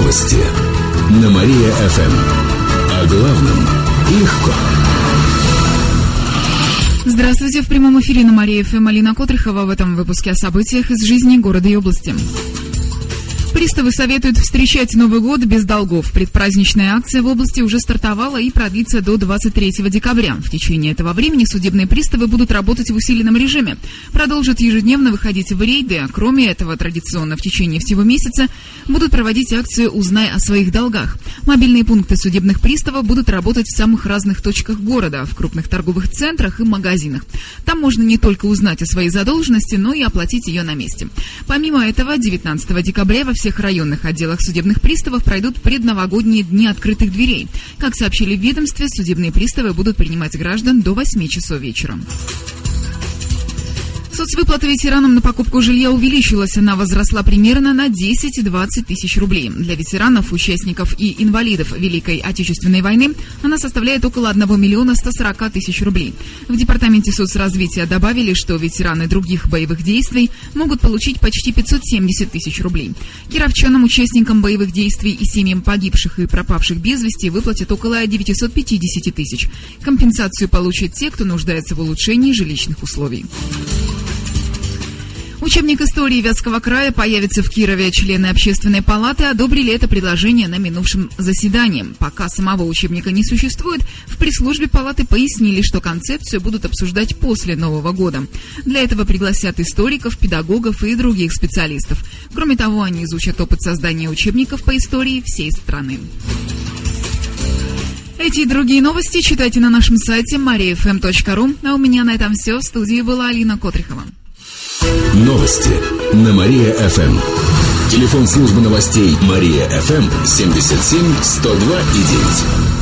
Новости на Мария-ФМ. О главном легко. Здравствуйте, в прямом эфире на Мария-ФМ Алина Котрихова. В этом выпуске о событиях из жизни города и области. Приставы советуют встречать Новый год без долгов. Предпраздничная акция в области уже стартовала и продлится до 23 декабря. В течение этого времени судебные приставы будут работать в усиленном режиме. Продолжат ежедневно выходить в рейды. Кроме этого, традиционно в течение всего месяца будут проводить акцию «Узнай о своих долгах». Мобильные пункты судебных приставов будут работать в самых разных точках города, в крупных торговых центрах и магазинах. Там можно не только узнать о своей задолженности, но и оплатить ее на месте. Помимо этого, 19 декабря во всех районных отделах судебных приставов пройдут предновогодние дни открытых дверей. Как сообщили в ведомстве, судебные приставы будут принимать граждан до 8 часов вечера. Соцвыплата ветеранам на покупку жилья увеличилась. Она возросла примерно на 10-20 тысяч рублей. Для ветеранов, участников и инвалидов Великой Отечественной войны она составляет около 1 миллиона 140 тысяч рублей. В Департаменте соцразвития добавили, что ветераны других боевых действий могут получить почти 570 тысяч рублей. Кировчанам, участникам боевых действий и семьям погибших и пропавших без вести выплатят около 950 тысяч. Компенсацию получат те, кто нуждается в улучшении жилищных условий. Учебник истории Вятского края появится в Кирове. Члены Общественной палаты одобрили это предложение на минувшем заседании. Пока самого учебника не существует, в пресс-службе палаты пояснили, что концепцию будут обсуждать после Нового года. Для этого пригласят историков, педагогов и других специалистов. Кроме того, они изучат опыт создания учебников по истории всей страны. Эти и другие новости читайте на нашем сайте mariafm.ru. А у меня на этом все. В студии была Алина Котрихова. Новости на Мария-ФМ. Телефон службы новостей Мария-ФМ 77 102 и 9.